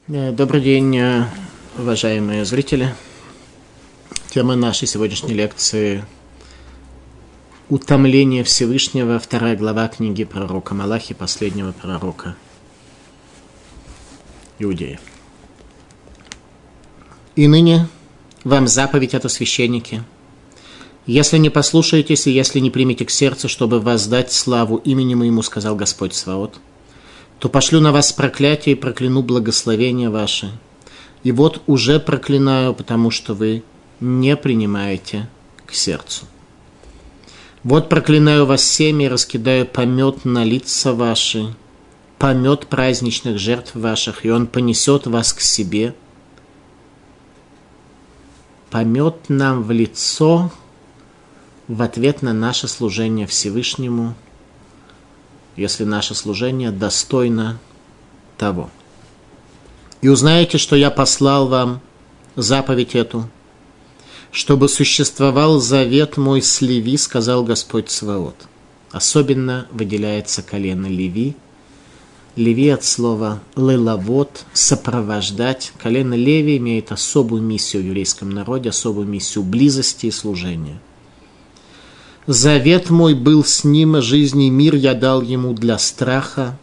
Добрый день, уважаемые зрители. Тема нашей сегодняшней лекции – «Утомление Всевышнего», 2 глава книги пророка Малахи, последнего пророка Иудеи. «И ныне вам заповедь эта, священники, если не послушаетесь и если не примете к сердцу, чтобы воздать славу имени моему, сказал Господь Саваот, то пошлю на вас проклятие и прокляну благословения ваши. И вот уже проклинаю, потому что вы не принимаете к сердцу. Вот проклинаю вас всеми и раскидаю помет на лица ваши, помет праздничных жертв ваших, и он понесет вас к себе. Помет нам в лицо в ответ на наше служение Всевышнему, если наше служение достойно того. И узнаете, что я послал вам заповедь эту, чтобы существовал завет мой с Леви, сказал Господь Саваот. Особенно выделяется колено Леви. Леви от слова лелавот, сопровождать. Колено Леви имеет особую миссию в еврейском народе, особую миссию близости и служения. Завет мой был с ним, жизнь и мир я дал ему для страха.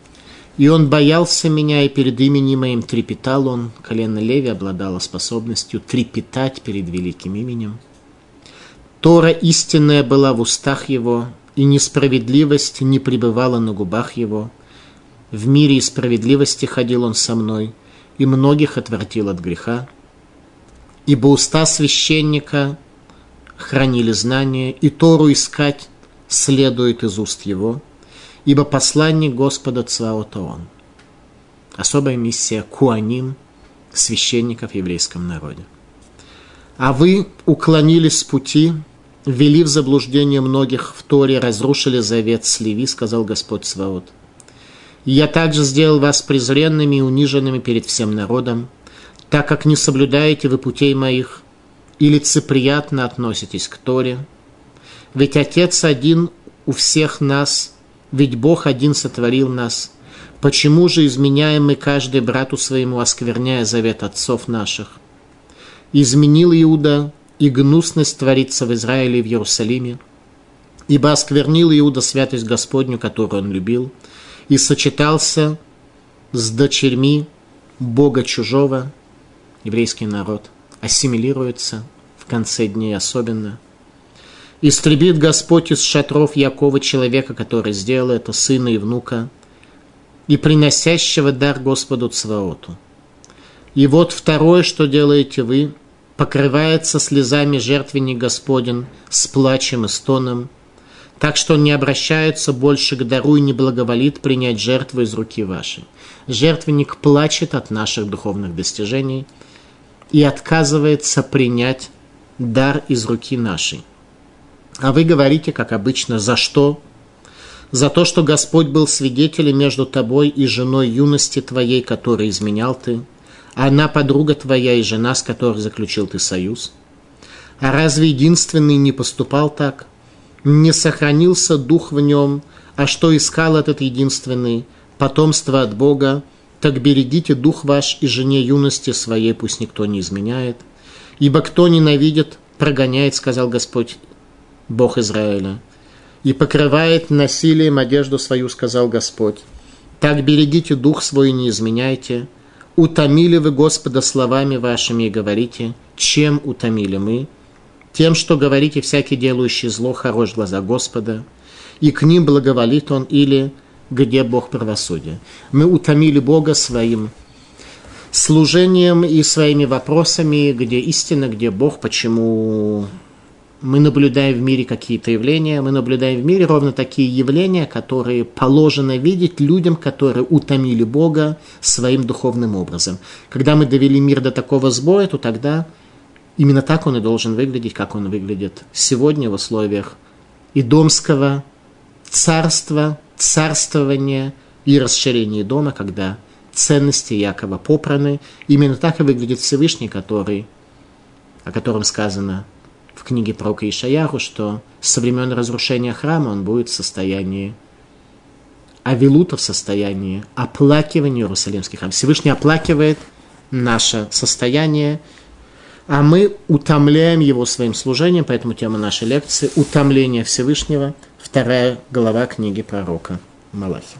И он боялся меня, и перед именем моим трепетал он. Колено Леви обладало способностью трепетать перед великим именем. Тора истинная была в устах его, и несправедливость не пребывала на губах его. В мире и справедливости ходил он со мной, и многих отвратил от греха. Ибо уста священника хранили знания, и Тору искать следует из уст его, ибо посланник Господа Цваота он. Особая миссия куаним, священников в еврейском народе. А вы уклонились с пути, ввели в заблуждение многих в Торе, разрушили завет с Леви, сказал Господь Цваот. И я также сделал вас презренными и униженными перед всем народом, так как не соблюдаете вы путей моих, и лицеприятно относитесь к Торе. Ведь Отец один у всех нас, ведь Бог один сотворил нас. Почему же изменяем мы каждый брату своему, оскверняя завет отцов наших? Изменил Иуда, и гнусность творится в Израиле и в Иерусалиме, ибо осквернил Иуда святость Господню, которую он любил, и сочетался с дочерьми Бога чужого. Еврейский народ ассимилируется в конце дней особенно. Истребит Господь из шатров Якова человека, который сделал это, сына и внука, и приносящего дар Господу Цваоту. И вот второе, что делаете вы, покрывается слезами жертвенник Господень с плачем и стоном, так что он не обращается больше к дару и не благоволит принять жертву из руки вашей. Жертвенник плачет от наших духовных достижений и отказывается принять дар из руки нашей. А вы говорите, как обычно, за что? За то, что Господь был свидетелем между тобой и женой юности твоей, которой изменял ты, а она подруга твоя и жена, с которой заключил ты союз. А разве единственный не поступал так? Не сохранился дух в нем, а что искал этот единственный? Потомство от Бога. Так берегите дух ваш и жене юности своей, пусть никто не изменяет. Ибо кто ненавидит, прогоняет, сказал Господь, Бог Израиля, и покрывает насилием одежду свою, сказал Господь. Так берегите дух свой и не изменяйте. Утомили вы Господа словами вашими и говорите, чем утомили мы? Тем, что говорите, всякий делающий зло хорош в глаза Господа, и к ним благоволит он, или где Бог правосудия. Мы утомили Бога своим служением и своими вопросами, где истина, где Бог, почему мы наблюдаем в мире какие-то явления, мы наблюдаем в мире ровно такие явления, которые положено видеть людям, которые утомили Бога своим духовным образом. Когда мы довели мир до такого сбоя, то тогда именно так он и должен выглядеть, как он выглядит сегодня в условиях идомского царства, царствования и расширения дома, когда ценности Якова попраны. Именно так и выглядит Всевышний, о котором сказано в книге пророка Ишаяху, что со времен разрушения храма он будет в состоянии авилута, в состоянии оплакивания Иерусалимский храм. Всевышний оплакивает наше состояние, а мы утомляем его своим служением, поэтому тема нашей лекции – утомление Всевышнего, 2 глава книги пророка Малахи.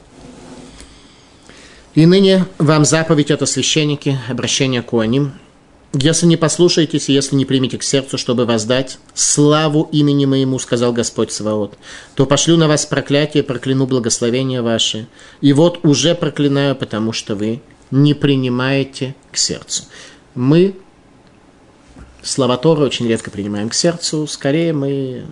И ныне вам заповедь это, священники, обращение к Коаним. Если не послушаетесь, и если не примете к сердцу, чтобы воздать славу имени моему, сказал Господь Саваот, то пошлю на вас проклятие, прокляну благословения ваши. И вот уже проклинаю, потому что вы не принимаете к сердцу. Мы слова Торы очень редко принимаем к сердцу, скорее мы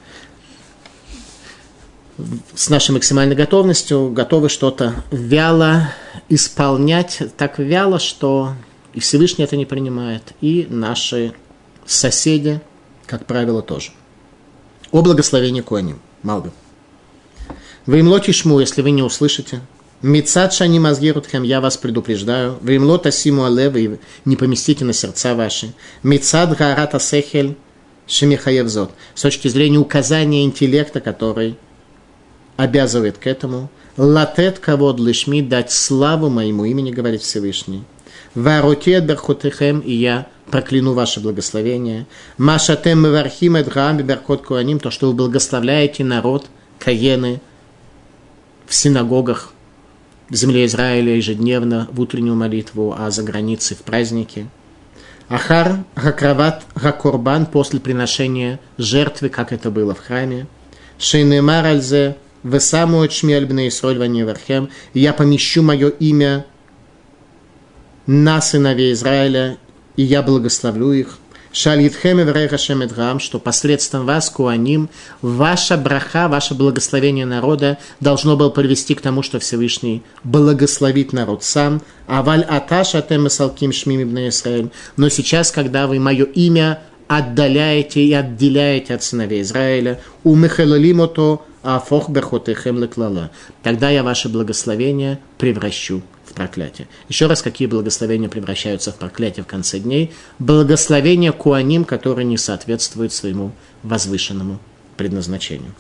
с нашей максимальной готовностью готовы что-то вяло исполнять, так вяло, что и Всевышний это не принимает, и наши соседи, как правило, тоже. О благословении Коаним. Малбы. Вы им лотишму, если вы не услышите. Мицат шани мазгирутхем, я вас предупреждаю. Вы им лотасиму але, вы не поместите на сердца ваши. Мицат гарата сехель шемихаевзот. С точки зрения указания интеллекта, который обязывает к этому. Латет кавод лишми, дать славу моему имени, говорит Всевышний. Варотет берхотехем, и я прокляну ваше благословение. Машатем мевархим эдгам берхот коаним, то, что вы благословляете народ, каены, в синагогах, в земле Израиля ежедневно, в утреннюю молитву, а за границей в праздники. Ахар гакрават гакорбан, после приношения жертвы, как это было в храме. Шейнемар альзе, весамуэт шми альбне Исроль ванивархем, и я помещу мое имя на сыновей Израиля, и я благословлю их. Шалитхем еврей Хашем Эдгам, что посредством вас, Коаним, ваша браха, ваше благословение народа должно было привести к тому, что Всевышний благословит народ сам. Аваль аташ атем эсалким шмим ибн Исраэль. Но сейчас, когда вы мое имя отдаляете и отделяете от сыновей Израиля, умехелалимото афох берхотехем леклала, тогда я ваше благословение превращу в проклятие. Еще раз, какие благословения превращаются в проклятие в конце дней? Благословение Коаним, которое не соответствует своему возвышенному предназначению.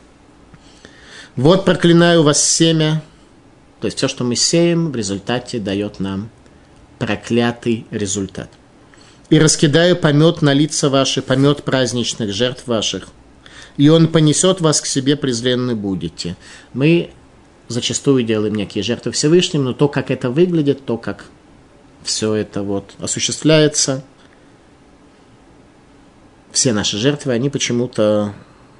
Вот проклинаю вас семя, то есть все, что мы сеем, в результате дает нам проклятый результат. И раскидаю помет на лица ваши, помет праздничных жертв ваших, и он понесет вас к себе, презренны будете. Мы зачастую делаем некие жертвы Всевышним, но то, как это выглядит, то, как все это вот осуществляется, все наши жертвы, они почему-то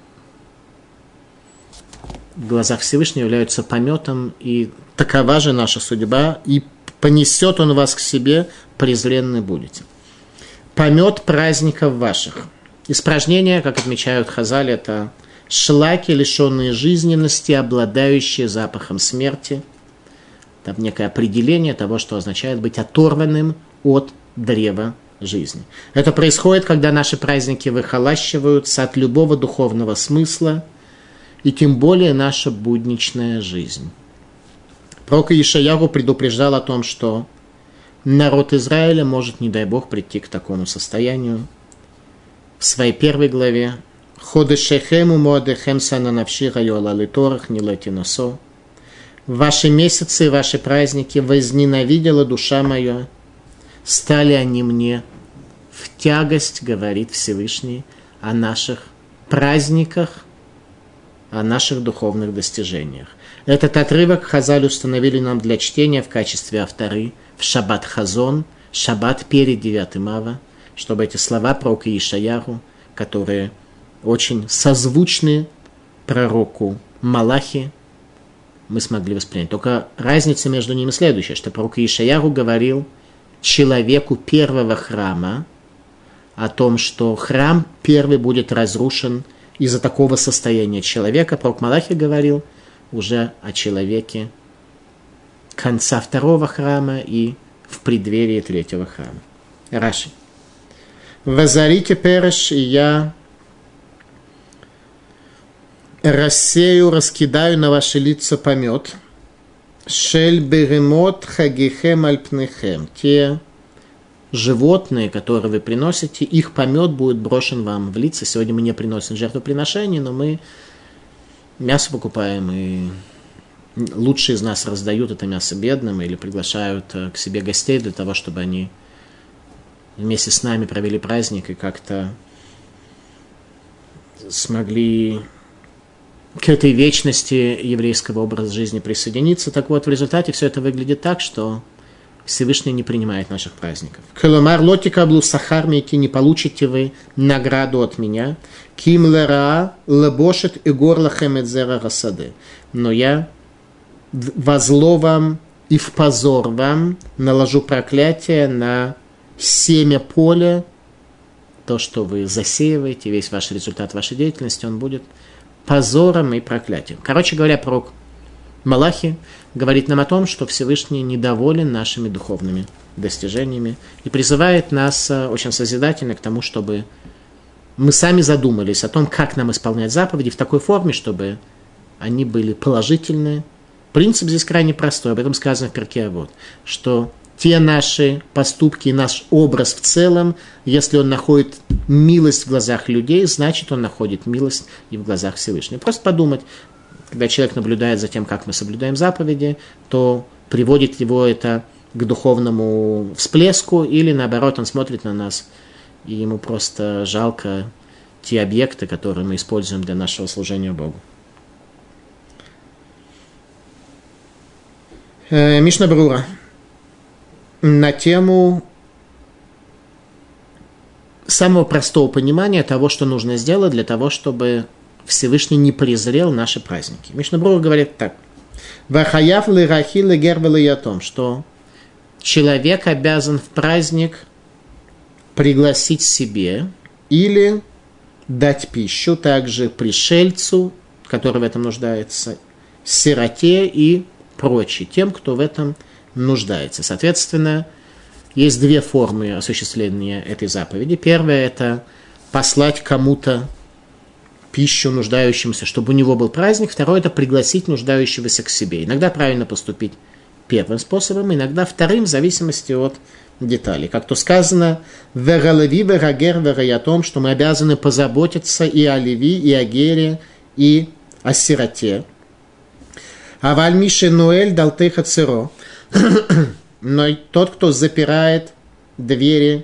в глазах Всевышнего являются пометом, и такова же наша судьба, и понесет он вас к себе, презренны будете. Помет праздников ваших. Испражнения, как отмечают Хазаль, это шлаки, лишенные жизненности, обладающие запахом смерти. Там некое определение того, что означает быть оторванным от древа жизни. Это происходит, когда наши праздники выхолащиваются от любого духовного смысла, и тем более наша будничная жизнь. Пророк Ишаяху предупреждал о том, что народ Израиля может, не дай Бог, прийти к такому состоянию. В своей первой главе «Ходешехем умоадехем сананавши гайола литорах нилети носо». «Ваши месяцы и ваши праздники возненавидела душа моя, стали они мне в тягость, говорит Всевышний, о наших праздниках, о наших духовных достижениях». Этот отрывок Хазаль установили нам для чтения в качестве авторы в Шаббат Хазон, Шаббат перед 9 ава, чтобы эти слова пророка Ишаяху, которые очень созвучны пророку Малахи, мы смогли воспринять. Только разница между ними следующая, что пророк Ишаяху говорил человеку первого храма о том, что храм первый будет разрушен из-за такого состояния человека. Пророк Малахи говорил уже о человеке конца второго храма и в преддверии третьего храма. Раши. «Вазарите переш, и я рассею, раскидаю на ваши лица помет. Шель беремот хагихем альпнехем». Те животные, которые вы приносите, их помет будет брошен вам в лица. Сегодня мы не приносим жертвоприношения, но мы мясо покупаем и лучшие из нас раздают это мясо бедным или приглашают к себе гостей для того, чтобы они вместе с нами провели праздник и как-то смогли к этой вечности еврейского образа жизни присоединиться. Так вот, в результате все это выглядит так, что Всевышний не принимает наших праздников. Коломар лотика блу сахар мейки, не получите вы награду от меня. Ким лера лебошет и горла хемедзера расады. Но я во зло вам и в позор вам наложу проклятие на семя поля. То, что вы засеиваете, весь ваш результат вашей деятельности, он будет позором и проклятием. Короче говоря, пророк Малахи говорит нам о том, что Всевышний недоволен нашими духовными достижениями и призывает нас очень созидательно к тому, чтобы мы сами задумались о том, как нам исполнять заповеди в такой форме, чтобы они были положительные. Принцип здесь крайне простой, об этом сказано в Перке Авот, что те наши поступки, наш образ в целом, если он находит милость в глазах людей, значит, он находит милость и в глазах Всевышнего. Просто подумать, когда человек наблюдает за тем, как мы соблюдаем заповеди, то приводит его это к духовному всплеску, или наоборот, он смотрит на нас, и ему просто жалко те объекты, которые мы используем для нашего служения Богу. Мишна Брура на тему самого простого понимания того, что нужно сделать для того, чтобы Всевышний не презрел наши праздники. Мишна Брура говорит так. Вахаяв лирахи легер велиятом, что человек обязан в праздник пригласить себе или дать пищу также пришельцу, который в этом нуждается, сироте и прочее, тем, кто в этом нуждается. Соответственно, есть две формы осуществления этой заповеди. Первая – это послать кому-то пищу нуждающимся, чтобы у него был праздник. Второе – это пригласить нуждающегося к себе. Иногда правильно поступить первым способом, иногда вторым, в зависимости от деталей. Как то сказано, «Вералеви верагер вераятом», что мы обязаны позаботиться и о леви, и о гере, и о сироте. «Аваль миши нуэль далтеха циро». Но тот, кто запирает двери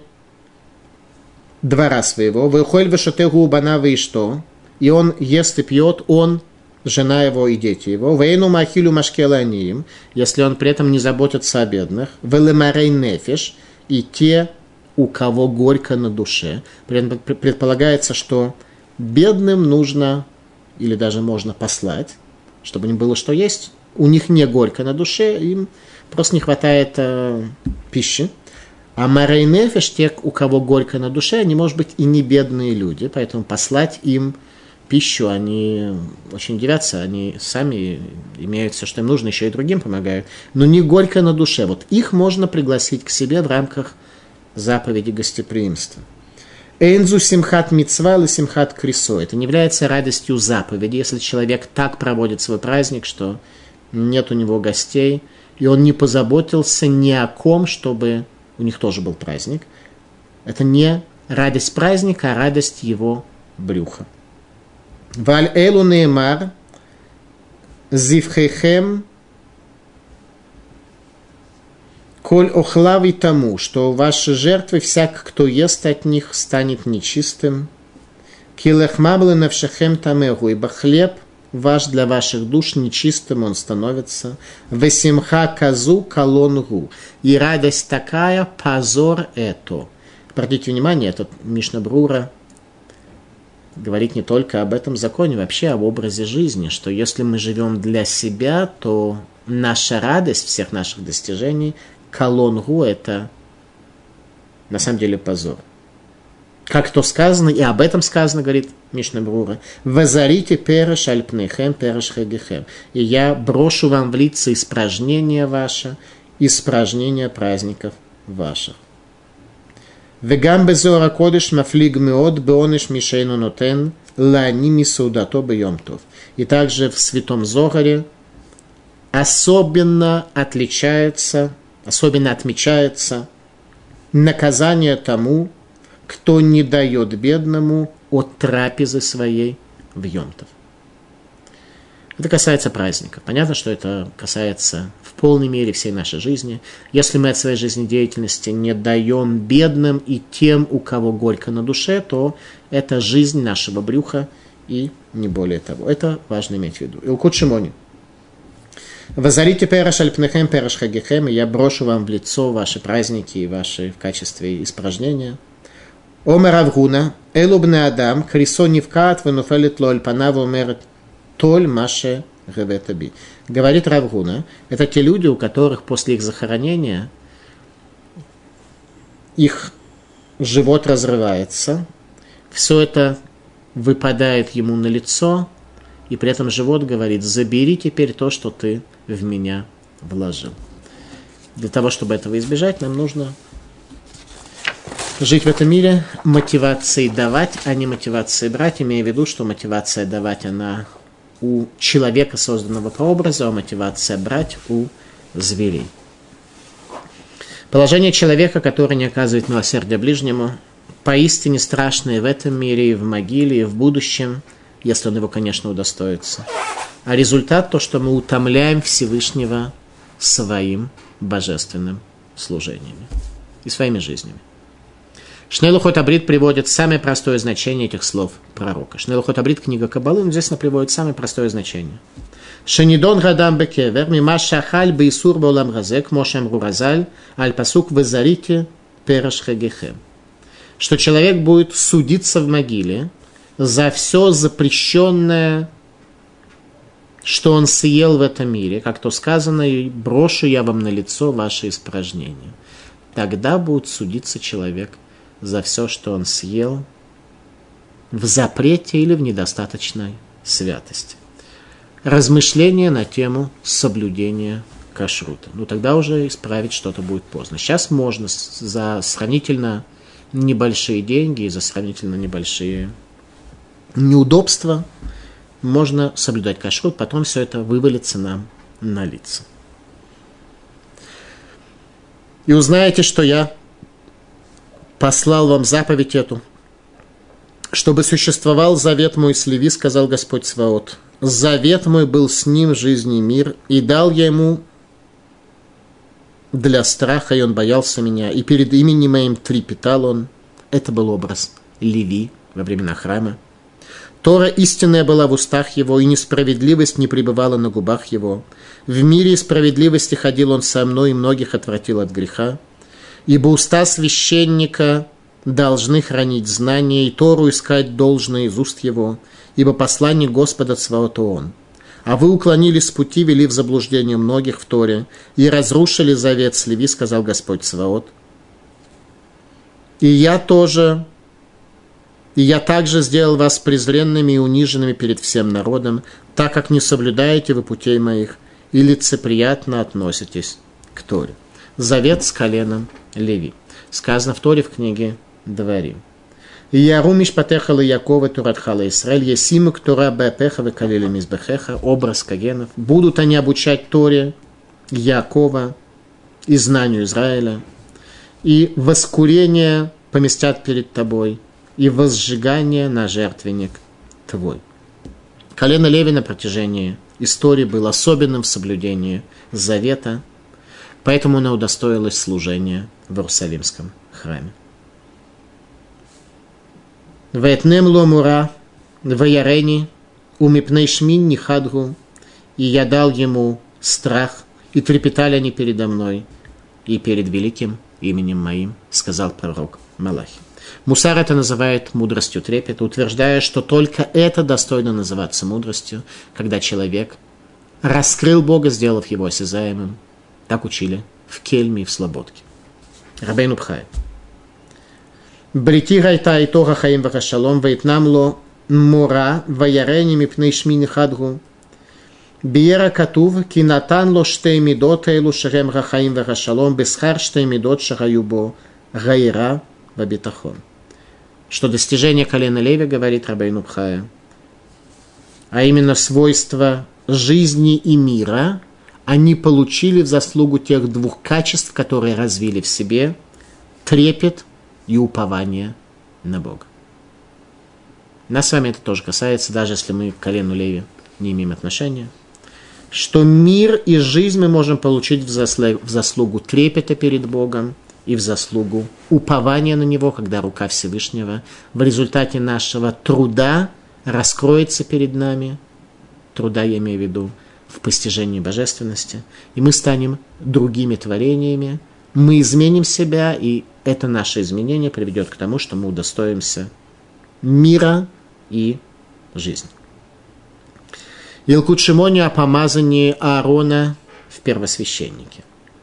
двора своего, «Вэхоль вэшотэгу убанава и что?» И он ест и пьет, он, жена его и дети его. «Вэйну махилю машкеланиим», если он при этом не заботится о бедных. «Вэлэмарэй нефиш», и те, у кого горько на душе. При этом предполагается, что бедным нужно, или даже можно послать, чтобы им было что есть. У них не горько на душе, им просто не хватает пищи. А марэй нефиш, те, у кого горько на душе, они, может быть, и не бедные люди, поэтому послать им пищу, они очень удивятся, они сами имеют все, что им нужно, еще и другим помогают, но не горько на душе. Вот их можно пригласить к себе в рамках заповеди гостеприимства. Эйнзу симхат мицва или симхат крисо. Это не является радостью заповеди, если человек так проводит свой праздник, что нет у него гостей, и он не позаботился ни о ком, чтобы у них тоже был праздник. Это не радость праздника, а радость его брюха. Валь элу неймар зивхейхем коль охлави тому, что ваши жертвы всяк, кто ест от них, станет нечистым. Килехмаблы навшахем тамегу, ибо хлеб ваш для ваших душ нечистым он становится. Весимха казу колонгу, и радость такая, позор это. Обратите внимание, этот Мишна Брура говорит не только об этом законе, вообще об образе жизни, что если мы живем для себя, то наша радость всех наших достижений, колонгу, это на самом деле позор. Как то сказано, и об этом сказано, говорит Мишна Брура, «Вазарите переш альпнехем, переш хегехем». И я брошу вам в лица испражнения ваше, испражнения праздников ваших. «Вегам безора кодеш мафлиг меод беонеш мишейну нотен лани мисудато бейомтов». И также в Святом Зогаре особенно отмечается наказание тому, кто не дает бедному от трапезы своей в Йом-Тов. Это касается праздника. Понятно, что это касается в полной мере всей нашей жизни. Если мы от своей жизнедеятельности не даем бедным и тем, у кого горько на душе, то это жизнь нашего брюха и не более того. Это важно иметь в виду. Илкут Шимони. «Вазарите пераш альпнехем пераш хагихем», и я брошу вам в лицо ваши праздники и ваши в качестве испражнения. «Омер Авгуна, элубне адам, крисо нивкат, венуфелит ло альпанав, омер толь маше геветаби». Говорит Рав Гуна, это те люди, у которых после их захоронения их живот разрывается, все это выпадает ему на лицо, и при этом живот говорит: забери теперь то, что ты в меня вложил. Для того, чтобы этого избежать, нам нужно жить в этом мире мотивацией давать, а не мотивацией брать, имея в виду, что мотивация давать, она у человека, созданного по образу, а мотивация брать у зверей. Положение человека, который не оказывает милосердия ближнему, поистине страшное в этом мире, и в могиле, и в будущем, если он его, конечно, удостоится. А результат то, что мы утомляем Всевышнего своим божественным служениями и своими жизнями. Шней Лухот Абрит приводит самое простое значение этих слов пророка. Шней Лухот Абрит, книга Каббалы, он здесь приводит самое простое значение. Шенидон гадам бекевер, мима шахаль бейсур баулам газек, мошем руразаль, аль пасук везарите пераш хагехем. Что человек будет судиться в могиле за все запрещенное, что он съел в этом мире, как то сказано, и брошу я вам на лицо ваши испражнения. Тогда будет судиться человек за все, что он съел в запрете или в недостаточной святости. Размышления на тему соблюдения кашрута. Ну, тогда уже исправить что-то будет поздно. Сейчас можно за сравнительно небольшие деньги и за сравнительно небольшие неудобства можно соблюдать кашрут, потом все это вывалится нам на лица. И узнаете, что я послал вам заповедь эту, чтобы существовал завет мой с Леви, сказал Господь Цваот. Завет мой был с ним, жизнь и мир, и дал я ему для страха, и он боялся меня, и перед именем моим трепетал он. Это был образ Леви во времена храма. Тора истинная была в устах его, и несправедливость не пребывала на губах его. В мире и справедливости ходил он со мной, и многих отвратил от греха. Ибо уста священника должны хранить знания, и Тору искать должное из уст его, ибо посланник Господа Цваота он. А вы уклонились с пути, вели в заблуждение многих в Торе, и разрушили завет с Леви, сказал Господь Цваот. И я также сделал вас презренными и униженными перед всем народом, так как не соблюдаете вы путей моих и лицеприятно относитесь к Торе. Завет с коленом Леви. Сказано в Торе в книге Дворим. Яру мишпатеха ла Якова туратха ла Исраэль, есимук Тора беапеха векалили мизбехеха, образ кагенов. Будут они обучать Торе Якова и знанию Израиля, и воскурение поместят перед тобой, и возжигание на жертвенник твой. Колено Леви на протяжении истории было особенным в соблюдении завета, поэтому оно удостоилось служения в Иерусалимском храме. «Ваэтнем ло мура ваярени умипней шмин нихадгу», и я дал ему страх, и трепетали они передо мной, и перед великим именем моим, сказал пророк Малахи. Мусар это называет мудростью трепета, утверждая, что только это достойно называться мудростью, когда человек раскрыл Бога, сделав его осязаемым. Так учили в Кельме и в Слободке. Рабейну Бхай. Брити гайта и тога хаим вахашалом, вейтнам ло мора ваярени мипней шмини хадгу. Биера катув кинатан ло штей мидот эйлу шерем рахаим вахашалом, бесхар штей мидот шараюбо гайра вабитахон. Что достижение колена Леви, говорит Рабейну Бхая, а именно свойства жизни и мира, они получили в заслугу тех двух качеств, которые развили в себе трепет и упование на Бога. Нас с вами это тоже касается, даже если мы к колену Леви не имеем отношения. Что мир и жизнь мы можем получить в заслугу трепета перед Богом и в заслугу упования на Него, когда рука Всевышнего в результате нашего труда раскроется перед нами. Труда я имею в виду в постижении божественности. И мы станем другими творениями. Мы изменим себя, и это наше изменение приведет к тому, что мы удостоимся мира и жизни. Илкут Шимони о помазании Аарона в первосвященнике.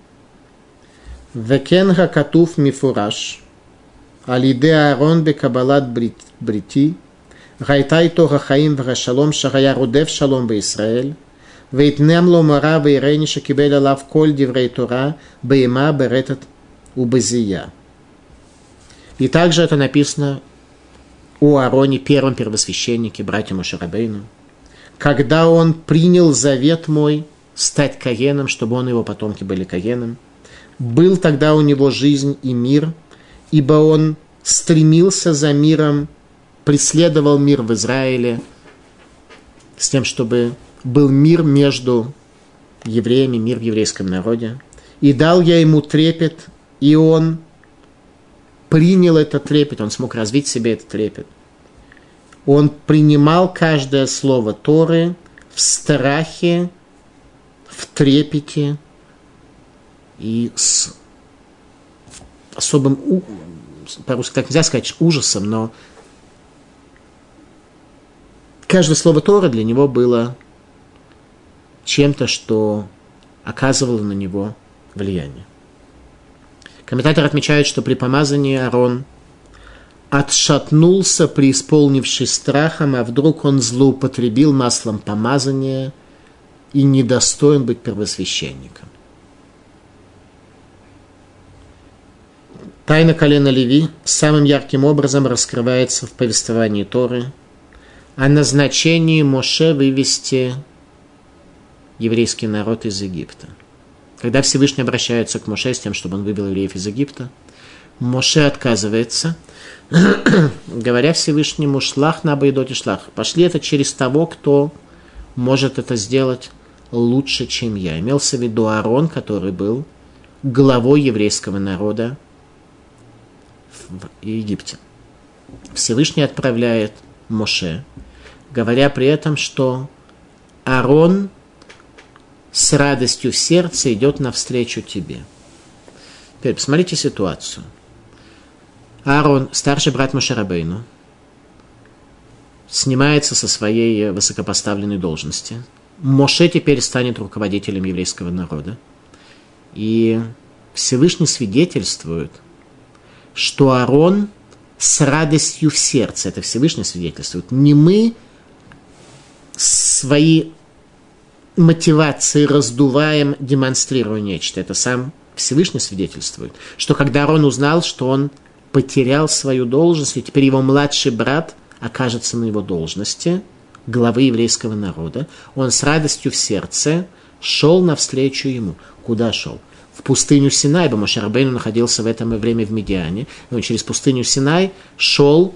Векен хакатуф мифураш алиде Аарон бекабалат брити гайтай тога хаим вгашалом шагая рудев шалом беисраэль вейтнем ло мара вейрени шекибеля лав коль диврей Тора бейма беретат убезия. И также это написано о Аароне, первом первосвященнике, братья Моше Рабейну, когда он принял завет мой стать Коэном, чтобы он и его потомки были Коэном. Был тогда у него жизнь и мир, ибо он стремился за миром, преследовал мир в Израиле, с тем, чтобы был мир между евреями, мир в еврейском народе. И дал я ему трепет, и он принял этот трепет, он смог развить в себе этот трепет. Он принимал каждое слово Торы в страхе, в трепете и с особым, по-русски так нельзя сказать, ужасом, но каждое слово Торы для него было чем-то, что оказывало на него влияние. Комментаторы отмечают, что при помазании Аарон отшатнулся, преисполнившись страхом, а вдруг он злоупотребил маслом помазания и недостоин быть первосвященником. Тайна колена Леви самым ярким образом раскрывается в повествовании Торы о назначении Моше вывести еврейский народ из Египта. Когда Всевышний обращается к Моше с тем, чтобы он вывел евреев из Египта, Моше отказывается, говоря Всевышнему: «Шлах на байдоте шлах». Пошли это через того, кто может это сделать лучше, чем я. Имелся в виду Аарон, который был главой еврейского народа в Египте. Всевышний отправляет Моше, говоря при этом, что Аарон с радостью в сердце идет навстречу тебе. Теперь посмотрите ситуацию. Аарон, старший брат Моше Рабейну, снимается со своей высокопоставленной должности. Моше теперь станет руководителем еврейского народа. И Всевышний свидетельствует, что Аарон с радостью в сердце, это Всевышний свидетельствует, не мы свои мотивации раздуваем, демонстрируя нечто. Это сам Всевышний свидетельствует, что когда Аарон узнал, что он потерял свою должность, и теперь его младший брат окажется на его должности главы еврейского народа, он с радостью в сердце шел навстречу ему. Куда шел? В пустыню Синай, ибо Моше Рабейну находился в это время в Мидиане, и он через пустыню Синай шел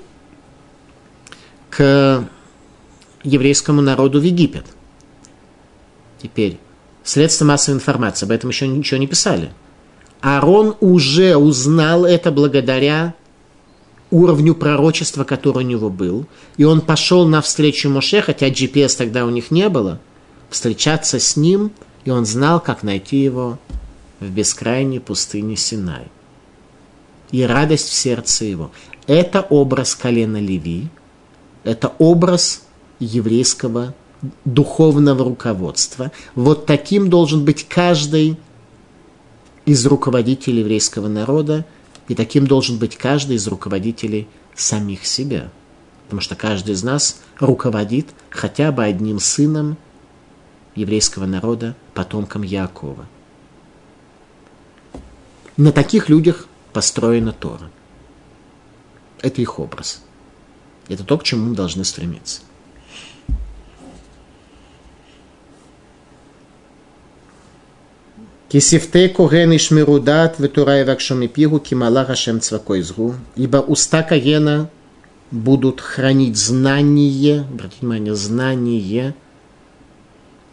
к еврейскому народу в Египет. Теперь, средства массовой информации об этом еще ничего не писали. Аарон уже узнал это благодаря уровню пророчества, который у него был. И он пошел навстречу Моше, хотя GPS тогда у них не было, встречаться с ним, и он знал, как найти его в бескрайней пустыне Синай. И радость в сердце его. Это образ колена Леви, это образ еврейского духовного руководства. Вот таким должен быть каждый из руководителей еврейского народа, и таким должен быть каждый из руководителей самих себя. Потому что каждый из нас руководит хотя бы одним сыном еврейского народа, потомком Яакова. На таких людях построена Тора. Это их образ. Это то, к чему мы должны стремиться. Кисифте коген ишмирудат витура евакшомипигу кимала Хашем цвакойзгу. Ибо уста Коэна будут хранить знание, обратите внимание, знание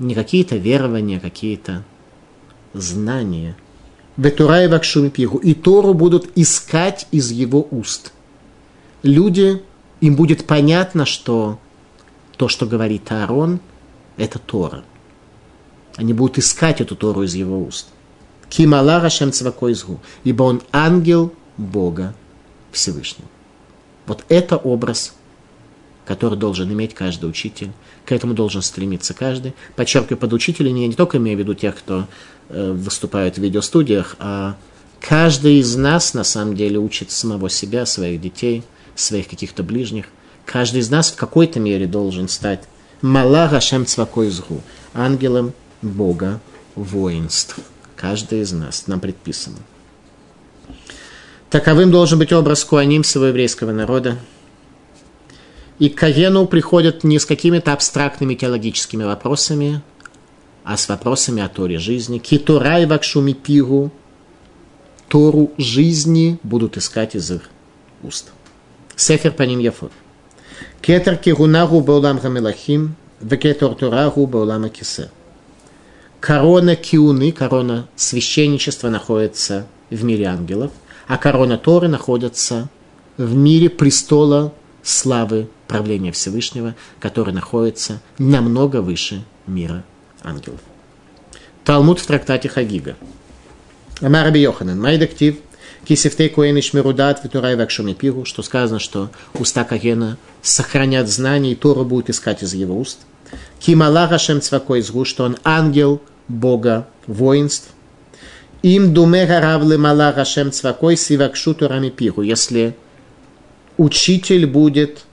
не какие-то верования, какие-то знания. Ветура и вакшуми пигу. И Тору будут искать из его уст. Люди, им будет понятно, что то, что говорит Аарон, это Тора. Они будут искать эту Тору из его уст. Кимала рашем цвакойзгу. Ибо он ангел Бога Всевышнего. Вот это образ, который должен иметь каждый учитель. К этому должен стремиться каждый. Подчеркиваю, под учителями я не только имею в виду тех, кто выступает в видеостудиях, а каждый из нас на самом деле учит самого себя, своих детей, своих каких-то ближних. Каждый из нас в какой-то мере должен стать Малах Ашем Цвакойзгу, ангелом Бога воинств. Каждый из нас, нам предписано. Таковым должен быть образ Коаним всего еврейского народа. И к Коэну приходят не с какими-то абстрактными теологическими вопросами, а с вопросами о Торе жизни. Китурай вакшуми пигу. Тору жизни будут искать из их уст. Сефер паним яфот. Кетер кигунагу баулам хамелахим, векетор турагу баулам акисер. Корона киуны, корона священничества находится в мире ангелов, а корона Торы находится в мире престола славы правления Всевышнего, который находится намного выше мира ангелов. Талмуд в трактате Хагига. Амар Раби Йоханан, майдактив, кисифтей коэн ишмерудат витурай вакшуми пигу, что сказано, что уста Коэна сохранят знания, и Тору будет искать из его уст. Кималах Ашем Цвакойзгу, что он ангел Бога воинств. Им думе гаравле малах Ашем Цвакой сивакшу турами пигу. Если учитель будет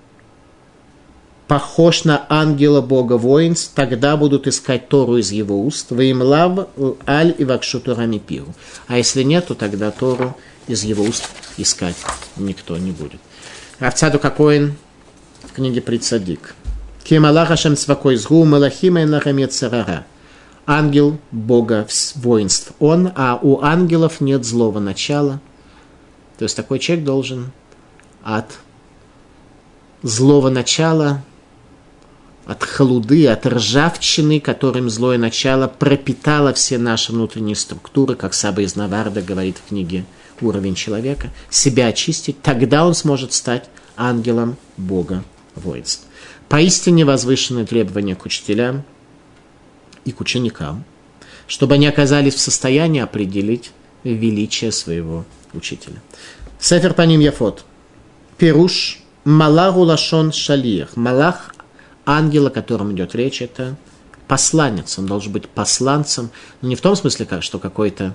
похож на ангела Бога воинств, тогда будут искать Тору из его уст. Ваимлав аль и вакшу турами пигу. А если нет, то тогда Тору из его уст искать никто не будет. Рав Цадук ха-Коэн в книге Прицадик. Кималах Ашем Цвакойзгу малахима и нахамет царара. Ангел Бога воинств он, а у ангелов нет злого начала. То есть такой человек должен от злого начала, от халуды, от ржавчины, которым злое начало пропитало все наши внутренние структуры, как Саба из Наварда говорит в книге «Уровень человека», себя очистить, тогда он сможет стать ангелом Бога воинств. Поистине возвышенные требования к учителям и к ученикам, чтобы они оказались в состоянии определить величие своего учителя. Сефер паним яфот. Пируш малаху лашон шалиях. Малах, ангел, о котором идет речь, это посланец. Он должен быть посланцем. Но не в том смысле, что кто-то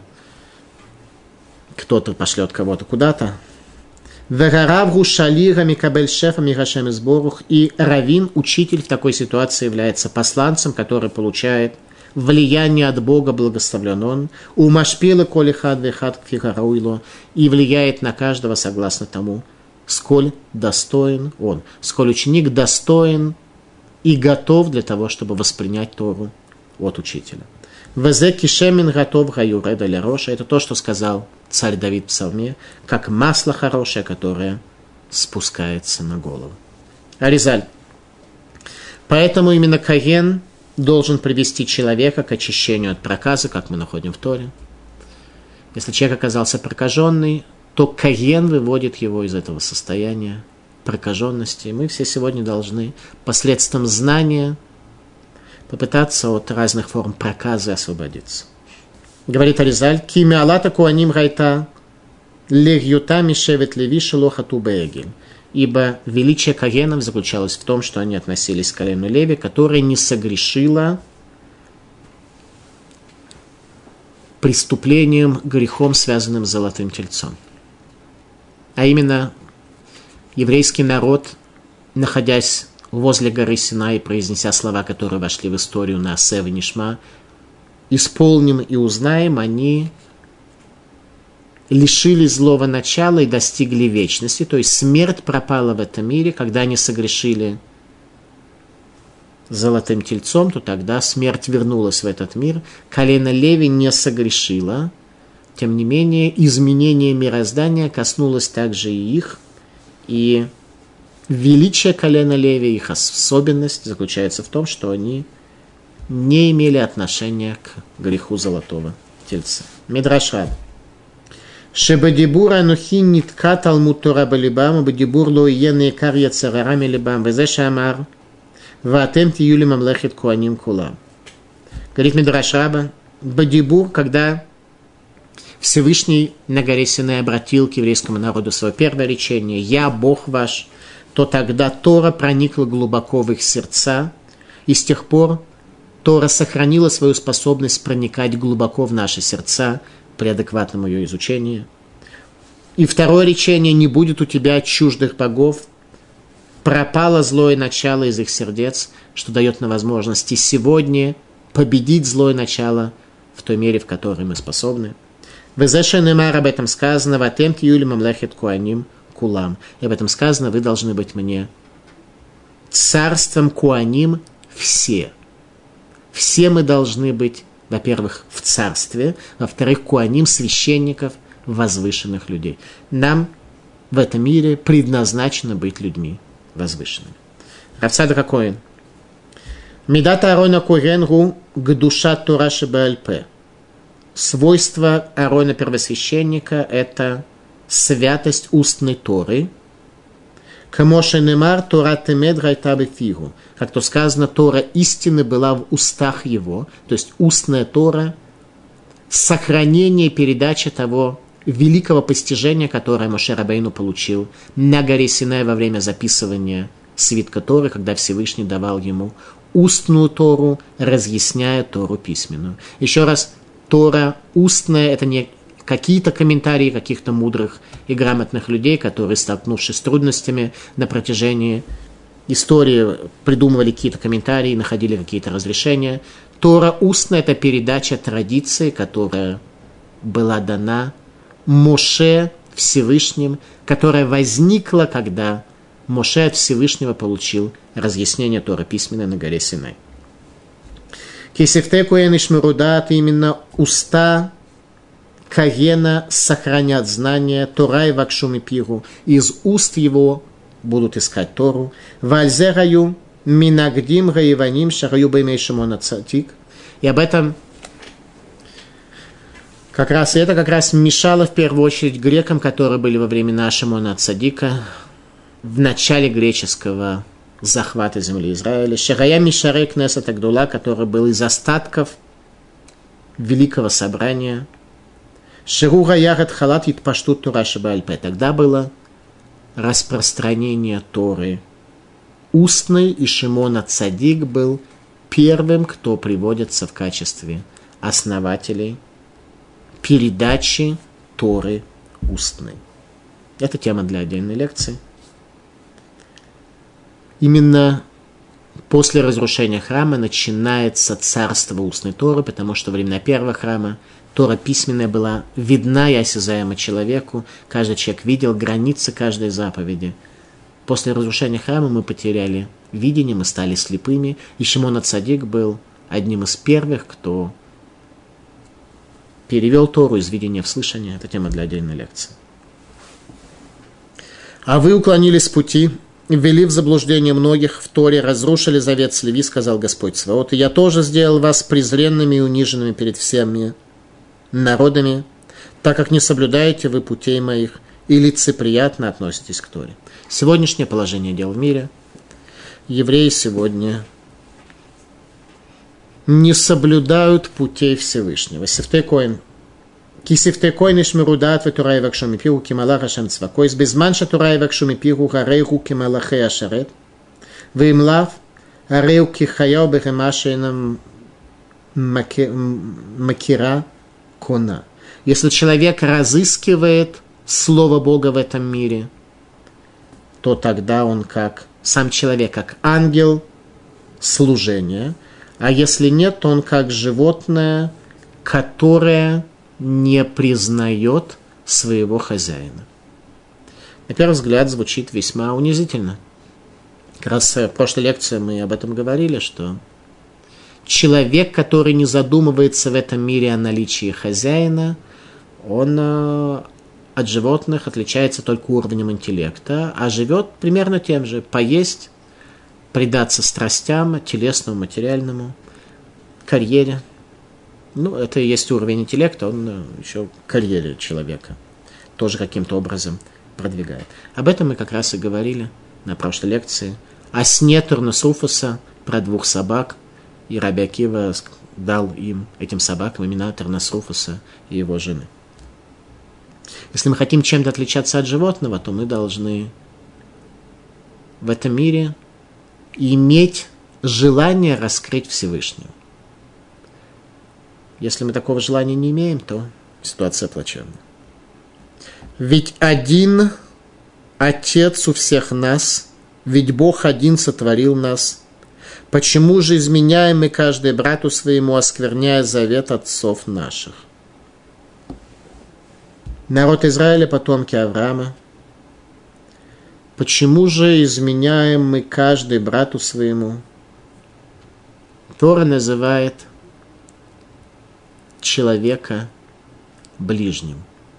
пошлет кого-то куда-то. Вегаравгу шалиха микабель шефа мигашем из борух. И раввин, учитель в такой ситуации является посланцем, который получает влияние от Бога, благословлен он. У машпила коли хад вехад кфихаруйло. И влияет на каждого согласно тому, сколь достоин он. Сколь ученик достоин и готов для того, чтобы воспринять Тору от учителя. Везе кишемин готов гаюреда ля роша. Это то, что сказал царь Давид в псалме, как масло хорошее, которое спускается на голову. Аризаль. Поэтому именно Коэн должен привести человека к очищению от проказа, как мы находим в Торе. Если человек оказался прокаженный, то Коэн выводит его из этого состояния прокаженности. И мы все сегодня должны посредством знания попытаться от разных форм проказа освободиться. Говорит Аризаль, «Кими алата куаним гайта легюта мишевет леви шелохату беегель». Ибо величие Коэнов заключалось в том, что они относились к колену Леви, которое не согрешило преступлением, грехом, связанным с золотым тельцом. А именно, еврейский народ, находясь возле горы Синай, произнеся слова, которые вошли в историю на Асев и Нишма, исполним и узнаем, они лишились злого начала и достигли вечности. То есть смерть пропала в этом мире. Когда они согрешили золотым тельцом, то тогда смерть вернулась в этот мир. Колено Леви не согрешило. Тем не менее, изменение мироздания коснулось также и их. И величие колена Леви, их особенность заключается в том, что они не имели отношения к греху золотого тельца. Мидраш Раб. Шебадибур анухи нитка талмуд Тора балибам, бадибур ло иене карья царарами либам, везе шамар, ваатем тиюли мамлехет куаним кулам. Говорит Мидраш Раба, бадибур, когда Всевышний на горе Синай обратил к еврейскому народу свое первое речение «Я Бог ваш», то тогда Тора проникла глубоко в их сердца, и с тех пор Тора сохранила свою способность проникать глубоко в наши сердца при адекватном ее изучении. И второе речение «Не будет у тебя чуждых богов», пропало злое начало из их сердец, что дает нам возможности сегодня победить злое начало в той мере, в которой мы способны. В Эзешенемар об этом сказано, «Ватем тиюли мамлехет куаним кулам». И об этом сказано, вы должны быть мне царством куаним все. Все мы должны быть, во-первых, в царстве, во-вторых, куаним священников, возвышенных людей. Нам в этом мире предназначено быть людьми возвышенными. Рав Цадок ха-Коэн. Мидат Аарона Коэн гу гдуша Тора шебааль-пе. Свойство Аарона первосвященника – это святость устной Торы. Камоше немар Тора темед гайта бефигу. Как то сказано, Тора истины была в устах его. То есть устная Тора – сохранение, передача того великого постижения, которое Моше Рабейну получил на горе Синай во время записывания свитка Торы, когда Всевышний давал ему устную Тору, разъясняя Тору письменную. Еще раз, Тора устная – это не какие-то комментарии каких-то мудрых и грамотных людей, которые, столкнувшись с трудностями на протяжении истории, придумывали какие-то комментарии, находили какие-то разрешения. Тора устная – это передача традиции, которая была дана Моше Всевышним, которая возникла, когда Моше от Всевышнего получил разъяснение Торы письменной на горе Синай. Кисифте Коэн Ишмерудат, именно уста Коэна сохранят знания, Тора и Вакшуми Пиру, из уст его будут искать Тору. Вальзераю Минагдим Гаиваним Шараю Баймей Шимона Цадик. И об этом это как раз мешало в первую очередь грекам, которые были во времена Шимона Цадика, в начале греческого захвата земли Израиля. Шарая Мишаре Кнесет Агдула, который был из остатков великого собрания. Шируга Ягод Халат Итпаштут Тора шебааль-пе. Тогда было распространение Торы устной, и Шимон ацадик был первым, кто приводится в качестве основателей передачи Торы устной. Это тема для отдельной лекции. Именно после разрушения храма начинается царство устной Торы, потому что во времена первого храма Тора письменная была видна и осязаема человеку. Каждый человек видел границы каждой заповеди. После разрушения храма мы потеряли видение, мы стали слепыми. И Шимон ацадик был одним из первых, кто перевел Тору из видения в слышание. Это тема для отдельной лекции. А вы уклонились с пути, ввели в заблуждение многих в Торе, разрушили завет с Леви, сказал Господь Цваот. И я тоже сделал вас презренными и униженными перед всеми народами, так как не соблюдаете вы путей моих и лицеприятно относитесь к Торе. Сегодняшнее положение дел в мире. Евреи сегодня не соблюдают путей Всевышнего. Сифтей Коэн. Ки сифтей Коэн ишмерудат ветура и вакшуми пиру кималах ашем цвакойс. Безман шатура и вакшуми пиру гарейру кималахе ашарет. Вимлав арейу кихаяу бехемашейнам макира кона. Если человек разыскивает Слово Бога в этом мире, то тогда он как сам человек, как ангел служения, а если нет, то он как животное, которое не признает своего хозяина. На первый взгляд звучит весьма унизительно. Как раз в прошлой лекции мы об этом говорили, что человек, который не задумывается в этом мире о наличии хозяина, он от животных отличается только уровнем интеллекта, а живет примерно тем же: поесть, предаться страстям, телесному, материальному. карьере. Ну, это и есть уровень интеллекта, он еще к карьере человека тоже каким-то образом продвигает. Об этом мы как раз и говорили на прошлой лекции. О сне Турнус Руфуса про 2 собак, и Раби Акива дал им, этим собакам, имена Турнус Руфуса и его жены. Если мы хотим чем-то отличаться от животного, то мы должны в этом мире иметь желание раскрыть Всевышнего. Если мы такого желания не имеем, то ситуация плачевная. Ведь один Отец у всех нас, ведь Бог один сотворил нас. Почему же изменяем мы каждый брату своему, оскверняя завет отцов наших? Народ Израиля, потомки Авраама. Почему же изменяем мы каждый брату своему? Тора называет человека ближним.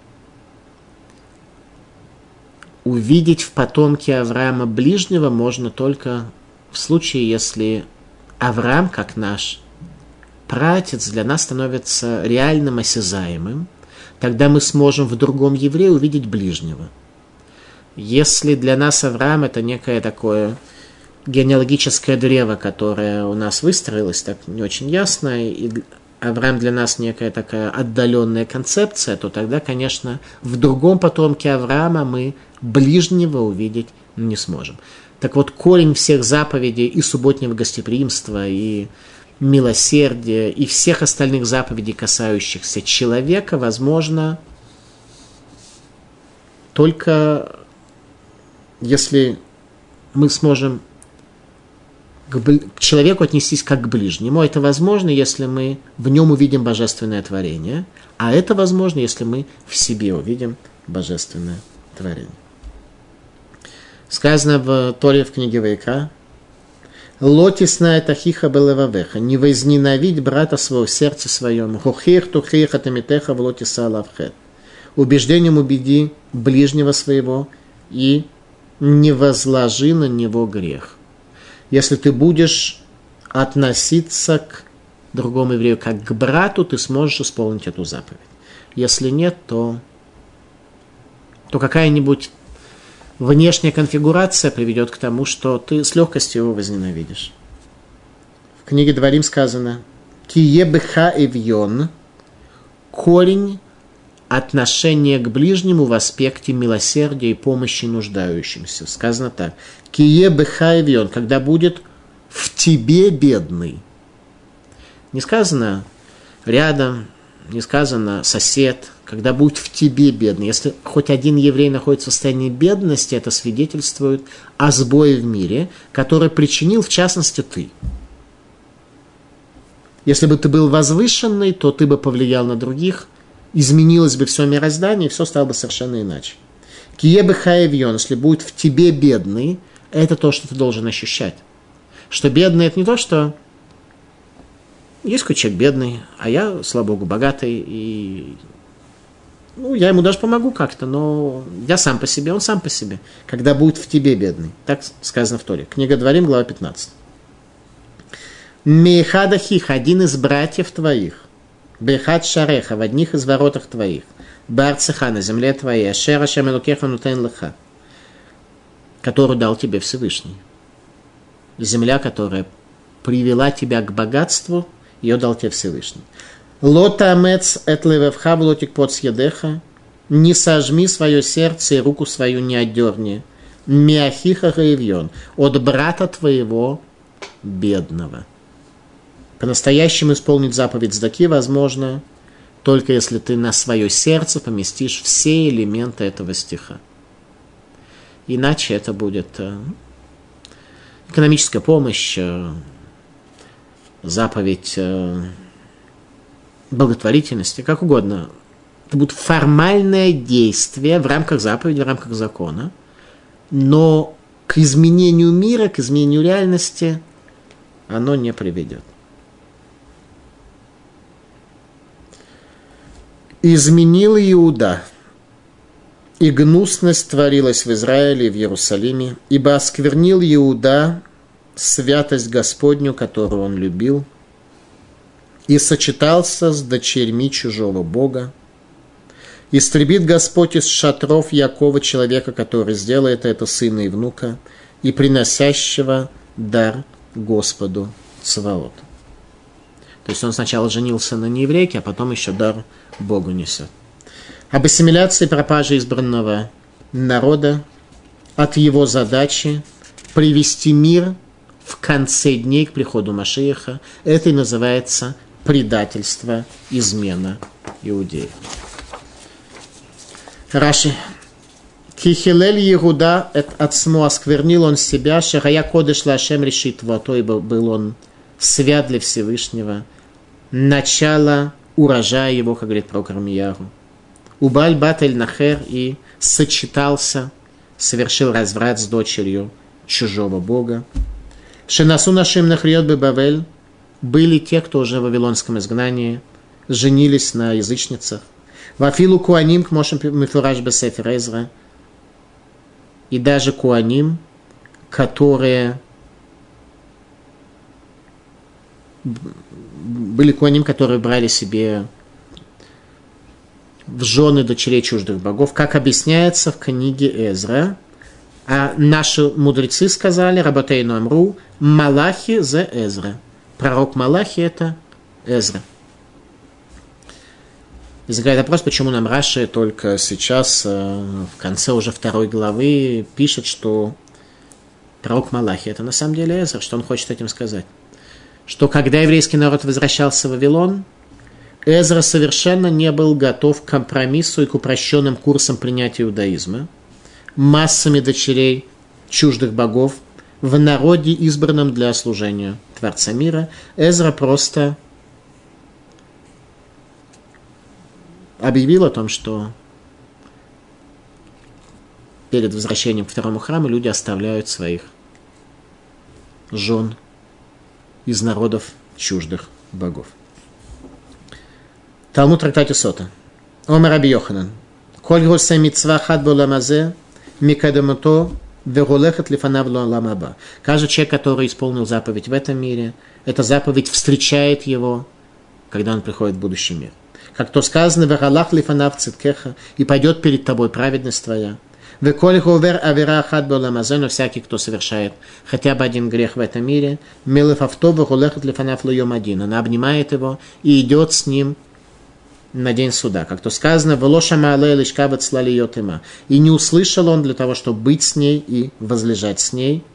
Увидеть в потомке Авраама ближнего можно только в случае, если Авраам, как наш праотец, для нас становится реальным осязаемым, тогда мы сможем в другом еврее увидеть ближнего. Если для нас Авраам это некое такое генеалогическое древо, которое у нас выстроилось так не очень ясно, и Авраам для нас некая такая отдаленная концепция, то тогда, конечно, в другом потомке Авраама мы ближнего увидеть не сможем. Так вот, корень всех заповедей и субботнего гостеприимства, и милосердия, и всех остальных заповедей, касающихся человека, возможно, только если мы сможем к человеку отнестись как к ближнему. Это возможно, если мы в нем увидим божественное творение, а это возможно, если мы в себе увидим божественное творение. Сказано в Торе в книге Ваикра: «Лотисна это хиха белевавеха, не возненавидь брата своего в сердце своем, хухих тухих атамитеха в лотиса лавхет, убеждением убеди ближнего своего и не возложи на него грех». Если ты будешь относиться к другому еврею как к брату, ты сможешь исполнить эту заповедь. Если нет, то какая-нибудь внешняя конфигурация приведет к тому, что ты с легкостью его возненавидишь. В книге Дворим сказано: «Кие беха эвьон» – корень отношения к ближнему в аспекте милосердия и помощи нуждающимся. Сказано так: «Кие беха эвьон» – когда будет в тебе бедный. Не сказано рядом, не сказано сосед, когда будет в тебе бедный. Если хоть один еврей находится в состоянии бедности, это свидетельствует о сбое в мире, который причинил, в частности, ты. Если бы ты был возвышенный, то ты бы повлиял на других, изменилось бы все мироздание, и все стало бы совершенно иначе. Кие беха эвьон, если будет в тебе бедный, это то, что ты должен ощущать. Что бедный – это не то, что есть какой человек бедный, а я, слава Богу, богатый, и я ему даже помогу как-то, но я сам по себе, он сам по себе. Когда будет в тебе бедный. Так сказано в Торе. Книга Дворим, глава 15. Мейхада хих, один из братьев твоих, бехад шареха, в одних из воротах твоих, барцеха, на земле твоей, ашера шамелукеха нутен леха, которую дал тебе Всевышний. Земля, которая привела тебя к богатству, ее дал тебе Всевышний. Лота амец эт левевха влотик под съедеха, не сожми свое сердце и руку свою не отдерни. Миахиха гаевьон, от брата твоего бедного. По-настоящему исполнить заповедь цдаки возможно только если ты на свое сердце поместишь все элементы этого стиха. Иначе это будет экономическая помощь, заповедь благотворительности, как угодно. Это будет формальное действие в рамках заповеди, в рамках закона, но к изменению мира, к изменению реальности оно не приведет. Изменил Иуда, и гнусность творилась в Израиле и в Иерусалиме, ибо осквернил Иуда святость Господню, которую он любил, и сочетался с дочерьми чужого Бога. Истребит Господь из шатров Якова человека, который сделает это сына и внука, и приносящего дар Господу Цаваот. То есть он сначала женился на нееврейке, а потом еще дар Богу несет. Об ассимиляции и пропаже избранного народа, от его задачи привести мир в конце дней к приходу Машиаха. Это и называется предательство, измена иудеев. Раши. Кихилель Иуда отсмо осквернил он себя, шахая кодыш лашем решит то, ибо был он свят для Всевышнего, начало урожая его, как говорит пророк Ирмияру. Убаль батель нахер и сочетался, совершил разврат с дочерью чужого бога. Шенасу нашим нахриот бебавель были те, кто уже в вавилонском изгнании женились на язычницах. Вафилу куаним к мошем мифураж бесефер Эзра. И даже куаним, которые были куаним, которые брали себе в жены дочерей чуждых богов, как объясняется в книге Эзра. А наши мудрецы сказали, Рабатейну Амру, Малахи зе Эзра. Пророк Малахи – это Эзра. Возникает вопрос, почему нам Раши только сейчас, в конце уже 2 главы, пишет, что пророк Малахи – это на самом деле Эзра. Что он хочет этим сказать? Что когда еврейский народ возвращался в Вавилон, Эзра совершенно не был готов к компромиссу и к упрощенным курсам принятия иудаизма, массами дочерей чуждых богов в народе, избранном для служения Творца мира. Эзра просто объявил о том, что перед возвращением к второму храму люди оставляют своих жен из народов чуждых богов. Талмуд трактате Сота. Омар Раби Йоханан. Коль госе мицва хат боламазе микадамото веголехат лифанав ламаба. Каждый человек, который исполнил заповедь в этом мире, эта заповедь встречает его, когда он приходит в будущий мир. Как то сказано, вегалах лифанав циткеха, и пойдет перед тобой праведность твоя. Веколь говер авера хат боламазе, но всякий, кто совершает хотя бы один грех в этом мире, милыф авто веголехат лифанав льем один. Она обнимает его и идет с ним на день суда. Как то сказано, и не услышал он для того, чтобы быть с ней и возлежать с ней.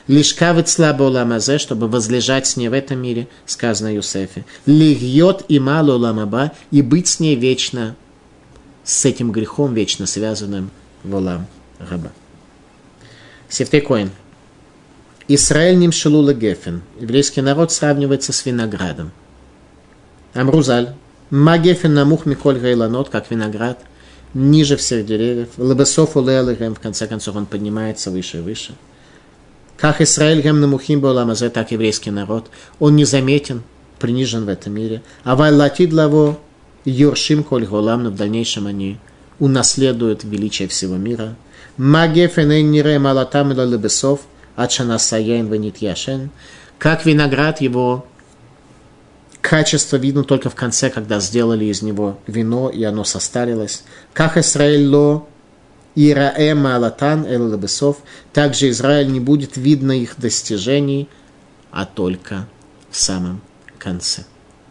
Чтобы возлежать с ней в этом мире, сказано Юсефе. Лигьет и мало ламаба, и быть с ней вечно, с этим грехом вечно связанным в олам раба. Сефтей Коэн. Исраэль нимшелула гефен. Еврейский народ сравнивается с виноградом. Амрузаль. Магефин намух миколь гейланот, как виноград, ниже всех деревьев. Лебесов улеэлэгэм, в конце концов, он поднимается выше и выше. Как Исраэль гэм намухим боламазе, так еврейский народ, он незаметен, принижен в этом мире. А вайлатид лаво юршим коль голам, но в дальнейшем они унаследуют величие всего мира. Магефин эн нире малатам ила лебесов, ачанасаяин венит яшен. Как виноград, его качество видно только в конце, когда сделали из него вино, и оно состарилось. Как Исраэль ло ираэ малатан эл лебесов, также Израиль не будет видно их достижений, а только в самом конце.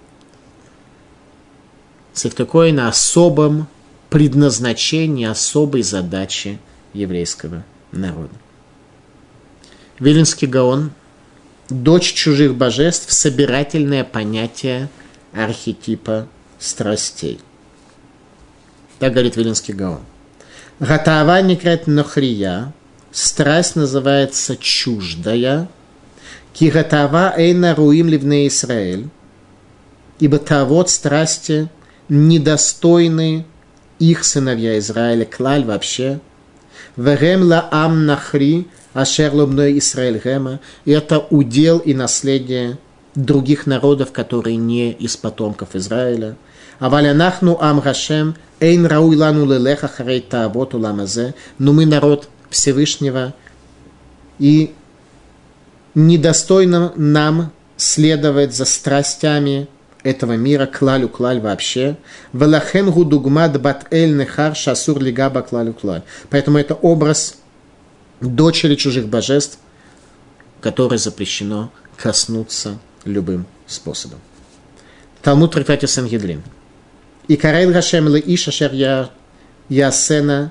Сефтей на особом предназначении, особой задаче еврейского народа. Вилинский Гаон. Дочь чужих божеств – собирательное понятие архетипа страстей. Так говорит Вилинский Гаон. Гатаава некрет нохрия, страсть называется чуждая, ки гатаава эйна руим ливне Исраэль, ибо тавод страсти недостойны их сыновья Израиля, клаль вообще, вегем ла ам нахри, ашер лобной Исраэль гема, и это удел и наследие других народов, которые не из потомков Израиля. Авалянахну ам гашем, эйн рауй лану лелеха харей таавот уламазе, но мы народ Всевышнего, и недостойно нам следовать за страстями этого мира, клалю клаль вообще. Велахен гу дугмат бат эль нехар шасур лигаба клалю клаль. Поэтому это образ дочери чужих божеств, которой запрещено коснуться любым способом. Талмуд в трактате Сангедрин. И карайл Гашем ле иша шер ясена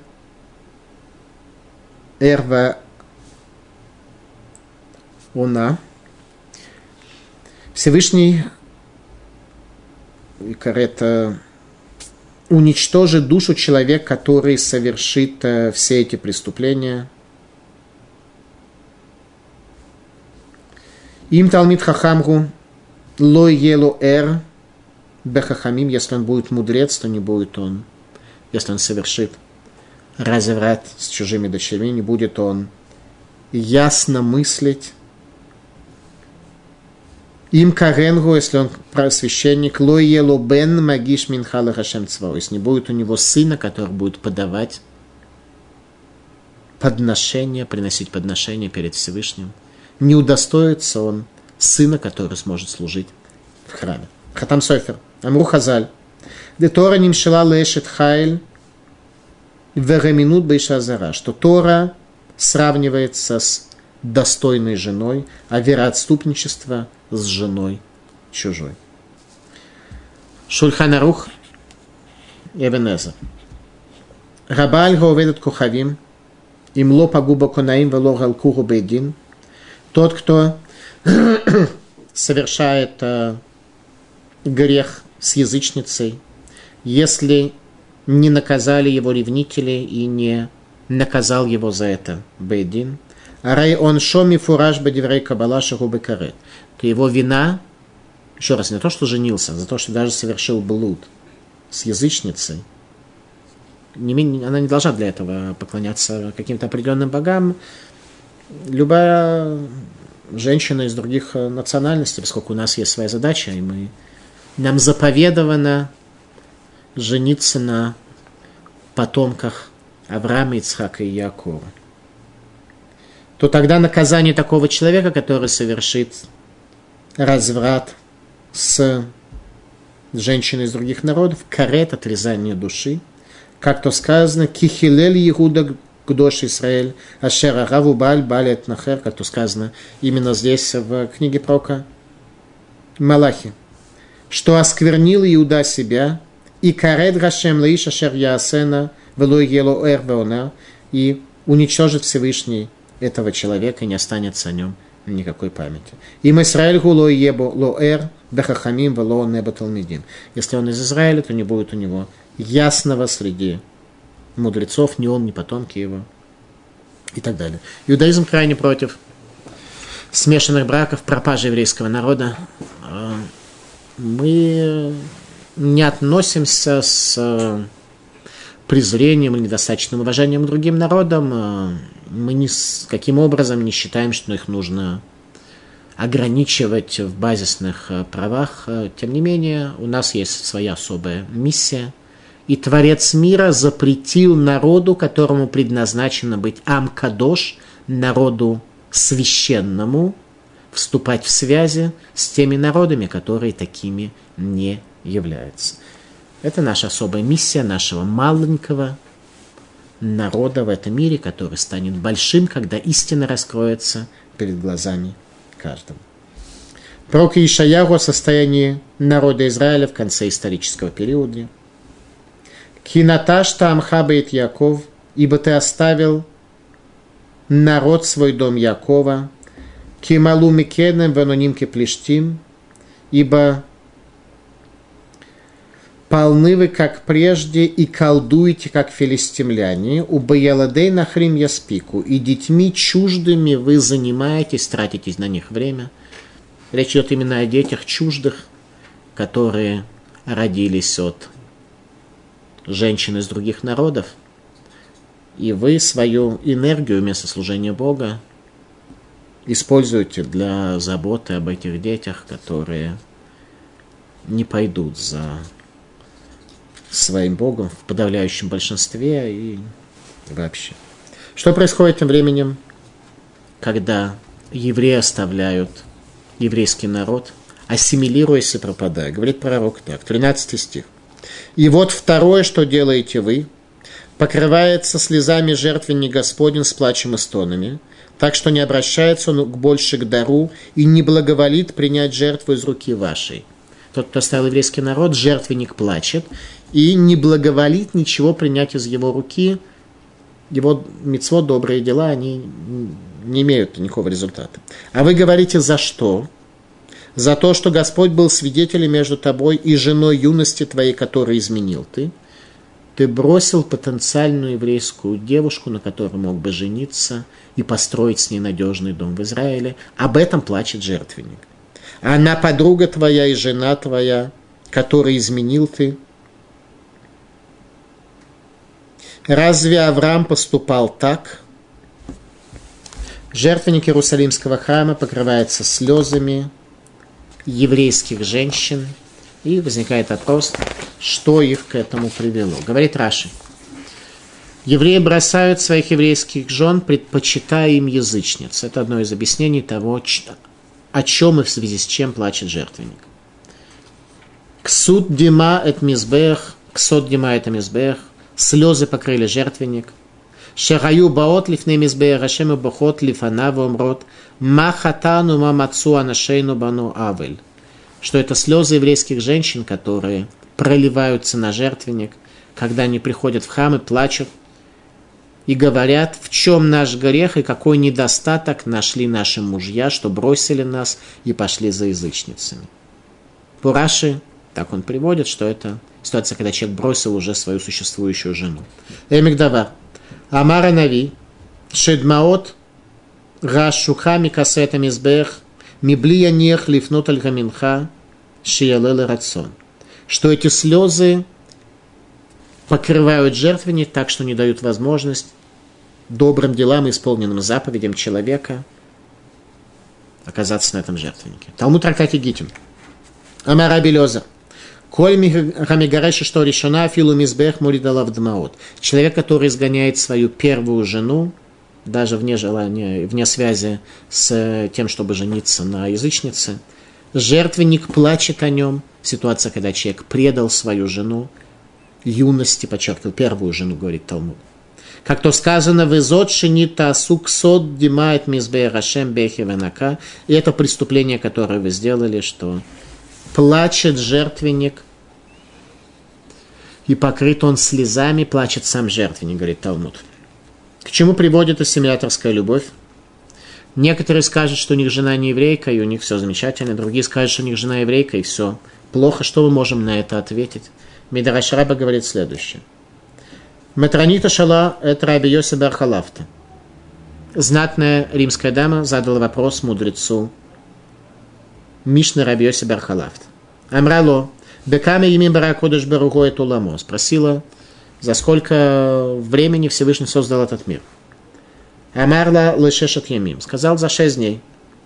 эрва она. Всевышний это уничтожит душу человека, который совершит все эти преступления. Им талмид хахамру ло ело эр бехахамим, если он будет мудрец, то не будет он, если он совершит разврат с чужими дочерьми, не будет он ясно мыслить. Им каренгу, если он священник, ло ело бен магиш минхала хашем цвао, если не будет у него сына, который будет подавать подношения, приносить подношения перед Всевышним, не удостоится он сына, который сможет служить в храме. Хатам Софер. Амру Хазаль. Де Тора нимшила лешет хайль вераминут бейшазара. Что Тора сравнивается с достойной женой, а вероотступничество с женой чужой. Шульхан Арух Ибн Эзра. Рабаль говедет кухавим, им ло пагуба конаим вело галкуру бейдин. Тот, кто совершает грех с язычницей, если не наказали его ревнители и не наказал его за это бейдин, арай он шоми фураж бадеврей кабала шагубы каре, то его вина, еще раз, не то, что женился, за то, что даже совершил блуд с язычницей, она не должна для этого поклоняться каким-то определенным богам. Любая женщина из других национальностей, поскольку у нас есть своя задача, и нам заповедовано жениться на потомках Авраама, Ицхака и Яакова, то тогда наказание такого человека, который совершит разврат с женщиной из других народов, карет, отрезание души, как то сказано, кихилель Иуда Гдош Исраэль, Ашер Араву Баль Балет Нахер, как то сказано именно здесь в книге пророка Малахи, что осквернил Иуда себя, и карет Гашем Лаиш Ашер Яасена Велой Ело Эр Веона, и уничтожит Всевышний этого человека, и не останется о нем никакой памяти. Им Исраэль Гуло Ебо Ло Эр Бехахамим Вело Небо Талмидим. Если он из Израиля, то не будет у него ясного среди мудрецов, ни он, ни потомки его, и так далее. Иудаизм крайне против смешанных браков, пропажи еврейского народа. Мы не относимся с презрением или недостаточным уважением к другим народам. Мы каким образом не считаем, что их нужно ограничивать в базисных правах. Тем не менее, у нас есть своя особая миссия. И Творец мира запретил народу, которому предназначено быть Ам-Кадош, народу священному, вступать в связи с теми народами, которые такими не являются. Это наша особая миссия нашего маленького народа в этом мире, который станет большим, когда истина раскроется перед глазами каждого. Пророк Ишаяху о состоянии народа Израиля в конце исторического периода. Кинаташта амха бейт Яков, ибо ты оставил народ свой, дом Якова, кималу микенем ванонимки плештим, ибо полны вы, как прежде, и колдуете, как филистимляне, у Баяладей нахрим яспику, и детьми чуждыми вы занимаетесь, тратитесь на них время. Речь идет именно о детях чуждых, которые родились от женщин из других народов, и вы свою энергию вместо служения Бога используете для заботы об этих детях, которые не пойдут за своим Богом в подавляющем большинстве и вообще. Что происходит тем временем, когда евреи оставляют еврейский народ, ассимилируясь и пропадая. Говорит пророк так, 13 стих. И вот второе, что делаете вы, покрывается слезами жертвенник Господень с плачем и стонами, так что не обращается он больше к дару и не благоволит принять жертву из руки вашей. Тот, кто оставил еврейский народ, жертвенник плачет и не благоволит ничего принять из его руки. Его мицвот, добрые дела, они не имеют никакого результата. А вы говорите, за что? За то, что Господь был свидетелем между тобой и женой юности твоей, которую изменил ты. Ты бросил потенциальную еврейскую девушку, на которой мог бы жениться и построить с ней надежный дом в Израиле. Об этом плачет жертвенник. Она подруга твоя и жена твоя, которую изменил ты. Разве Авраам поступал так? Жертвенник Иерусалимского храма покрывается слезами еврейских женщин. И возникает вопрос, что их к этому привело. Говорит Раши. Евреи бросают своих еврейских жен, предпочитая им язычниц. Это одно из объяснений того, о чем и в связи с чем плачет жертвенник. Ксут дима эт мизбех, ксот дима эт мизбех. Слезы покрыли жертвенник. Шераю баот лифней мизбех, ашем и бахот лифанаву омрот, ма хатану ма мацу анашейну бану авель. Что это слезы еврейских женщин, которые проливаются на жертвенник, когда они приходят в храм и плачут, и говорят, в чем наш грех и какой недостаток нашли наши мужья, что бросили нас и пошли за язычницами. По Раши, так он приводит, что это ситуация, когда человек бросил уже свою существующую жену. Эмикдава. Амара Нави. Шедмаот. Рашуха микасета мизбех. Миблия нех лифнут аль гаминха. Шиялелы рацон. Что эти слезы покрывают жертвенник так, что не дают возможность добрым делам и исполненным заповедям человека оказаться на этом жертвеннике. Талмуд трактате Гитин. Амар Раби Элиэзер. Коль мигареши что решена филу мизбех муридалав дмаот. Человек, который изгоняет свою первую жену, даже вне желания, вне связи с тем, чтобы жениться на язычнице, жертвенник плачет о нем. Ситуация, когда человек предал свою жену, юности, подчеркиваю, первую жену, говорит Талмуд. Как то сказано, «Везот шинита сук сот димает мизбех Ашем бехи венака». И это преступление, которое вы сделали, что плачет жертвенник, и покрыт он слезами, плачет сам жертвенник, говорит Талмуд. К чему приводит ассимиляторская любовь? Некоторые скажут, что у них жена не еврейка, и у них все замечательно. Другие скажут, что у них жена еврейка, и все плохо. Что мы можем на это ответить? Мидраш Раба говорит следующее. Матронита Шала – это Раби Йоси бар Халафта. Знатная римская дама задала вопрос мудрецу Мишны Раби Йоси бар Халафта. Амрало, бекаме имя баракодыш баруго эту ламо. Спросила, за сколько времени Всевышний создал этот мир. Амарла лешешет ямим. Сказал, за 6 дней.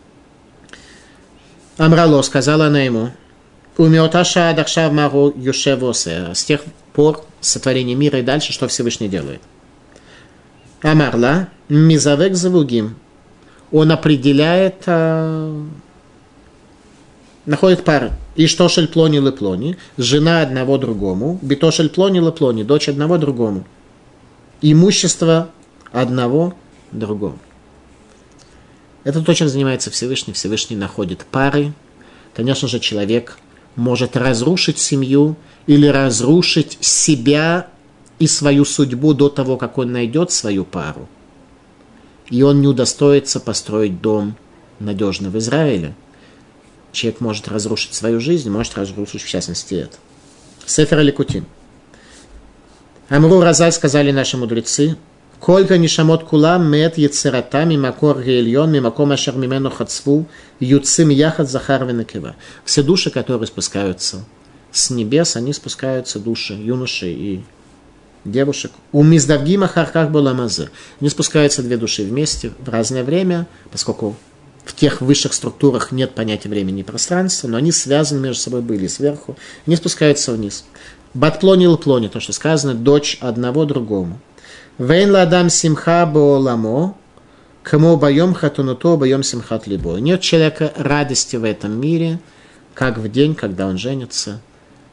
Амрало, сказала она ему, умеоташа адахшав мару юшевосе. С тех пор сотворения мира и дальше, что Всевышний делает. Амарла, мизавек завугим. Он определяет, находит пары. И что шель плони леплони, жена одного другому, бито шель плони леплони, дочь одного другому. Имущество одного другому. Это то, чем занимается Всевышний. Всевышний находит пары. Конечно же, человек может разрушить семью или разрушить себя и свою судьбу до того, как он найдет свою пару. И он не удостоится построить дом надежно в Израиле. Человек может разрушить свою жизнь, может разрушить в частности это. Сефер Ликутин. Амру Разаль, сказали наши мудрецы, «Колька нишамот кулам мет яцерата мимакор гейльон мимаком ашер мимену хацву юцим яхат захар венекева». Все души, которые спускаются с небес, они спускаются, души юношей и девушек. У миздавгима харках баламазе. Они спускаются две души вместе в разное время, поскольку в тех высших структурах нет понятия времени и пространства, но они связаны между собой были сверху, они спускаются вниз. Батплони лплони, то, что сказано, дочь одного другому. Вейн ладам симха боламо, кому боем хатунуто, боем симхат либо. Нет человека радости в этом мире, как в день, когда он женится,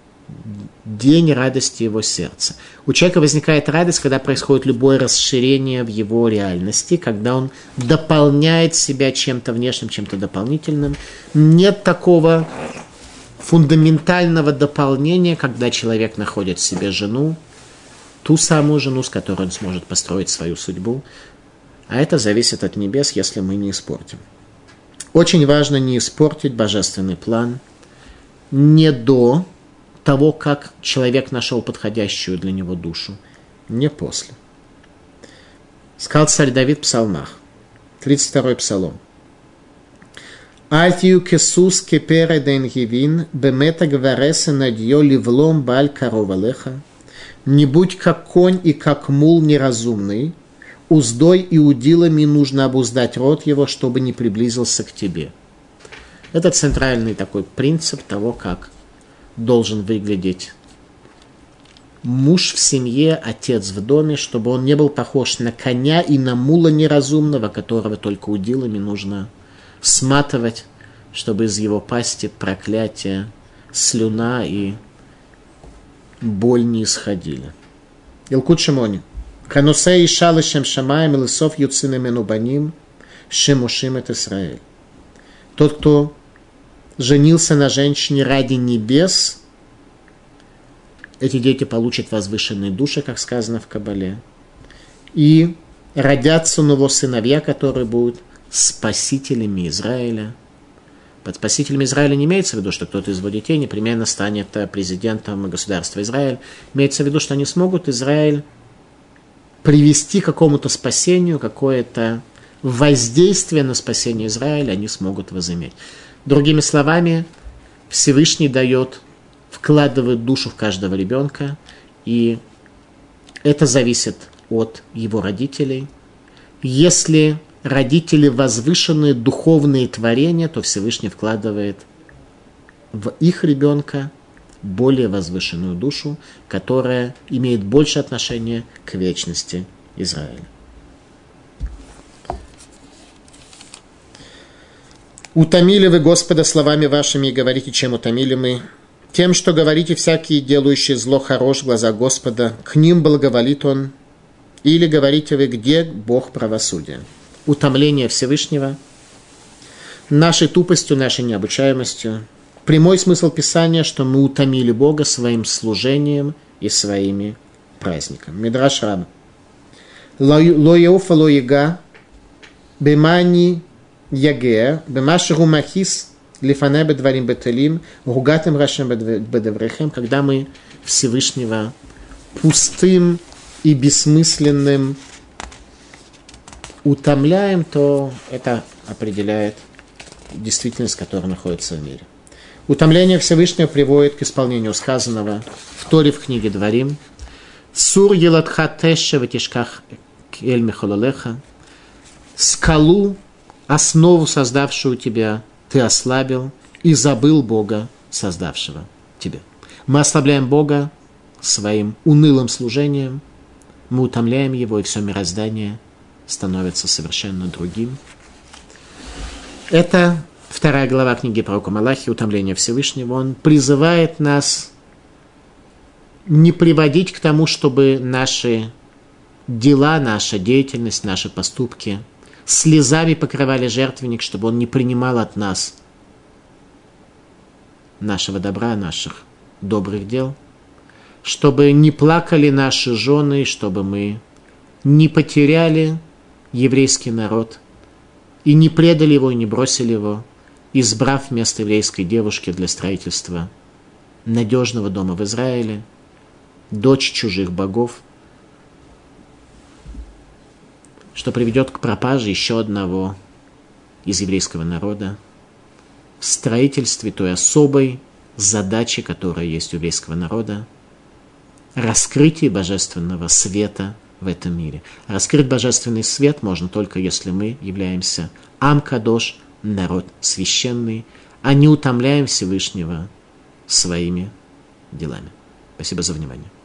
день радости его сердца. У человека возникает радость, когда происходит любое расширение в его реальности, когда он дополняет себя чем-то внешним, чем-то дополнительным. Нет такого фундаментального дополнения, когда человек находит в себе жену, ту самую жену, с которой он сможет построить свою судьбу. А это зависит от небес, если мы не испортим. Очень важно не испортить божественный план не до того, как человек нашел подходящую для него душу, не после. Сказал царь Давид в псалмах, 32-й псалом. «Альтию кесус кепере ден гивин, бемета гвареса надьё ливлом баль корова леха». «Не будь как конь и как мул неразумный, уздой и удилами нужно обуздать рот его, чтобы не приблизился к тебе». Это центральный такой принцип того, как должен выглядеть муж в семье, отец в доме, чтобы он не был похож на коня и на мула неразумного, которого только удилами нужно сматывать, чтобы из его пасти проклятие, слюна и боль не исходили. Илкут Шимони. Канусей ишалы шем шамаем и лысов юцинемену баним шемушим эт Исраэль. Тот, кто женился на женщине ради небес, эти дети получат возвышенные души, как сказано в Кабале, и родятся у него сыновья, которые будут спасителями Израиля. Под спасителем Израиля не имеется в виду, что кто-то из его детей непременно станет президентом государства Израиль. Имеется в виду, что они смогут Израиль привести к какому-то спасению, какое-то воздействие на спасение Израиля они смогут возыметь. Другими словами, Всевышний вкладывает душу в каждого ребенка, и это зависит от его родителей. Если родители возвышенные духовные творения, то Всевышний вкладывает в их ребенка более возвышенную душу, которая имеет больше отношения к вечности Израиля. «Утомили вы Господа словами вашими и говорите, чем утомили мы? Тем, что говорите всякие, делающие зло хорош в глазах Господа, к ним благоволит Он. Или говорите вы, где Бог правосудия?» Утомление Всевышнего нашей тупостью, нашей необучаемостью. Прямой смысл Писания, что мы утомили Бога своим служением и своими праздниками. Мидраш Раба. «Ло еуфа ло ега, бемани ягеа, бемашеру махис, лифане бедварим бетелим, ругатым рашем бедеврехем». Когда мы Всевышнего пустым и бессмысленным утомляем, то это определяет действительность, которая находится в мире. Утомление Всевышнего приводит к исполнению сказанного в Торе в книге Дворим. «Сур еладха теше ватишках эль мехололеха». «Скалу, основу, создавшую тебя, ты ослабил и забыл Бога, создавшего тебя». Мы ослабляем Бога своим унылым служением, мы утомляем Его, и все мироздание становится совершенно другим. Это 2 глава книги пророка Малахи, «Утомление Всевышнего». Он призывает нас не приводить к тому, чтобы наши дела, наша деятельность, наши поступки слезами покрывали жертвенник, чтобы он не принимал от нас нашего добра, наших добрых дел, чтобы не плакали наши жены, чтобы мы не потеряли еврейский народ и не предали его, и не бросили его, избрав вместо еврейской девушки для строительства надежного дома в Израиле, дочь чужих богов, что приведет к пропаже еще одного из еврейского народа в строительстве той особой задачи, которая есть у еврейского народа, раскрытие божественного света в этом мире. Раскрыть божественный свет можно только если мы являемся Ам-Кадош, народ священный, а не утомляем Всевышнего своими делами. Спасибо за внимание.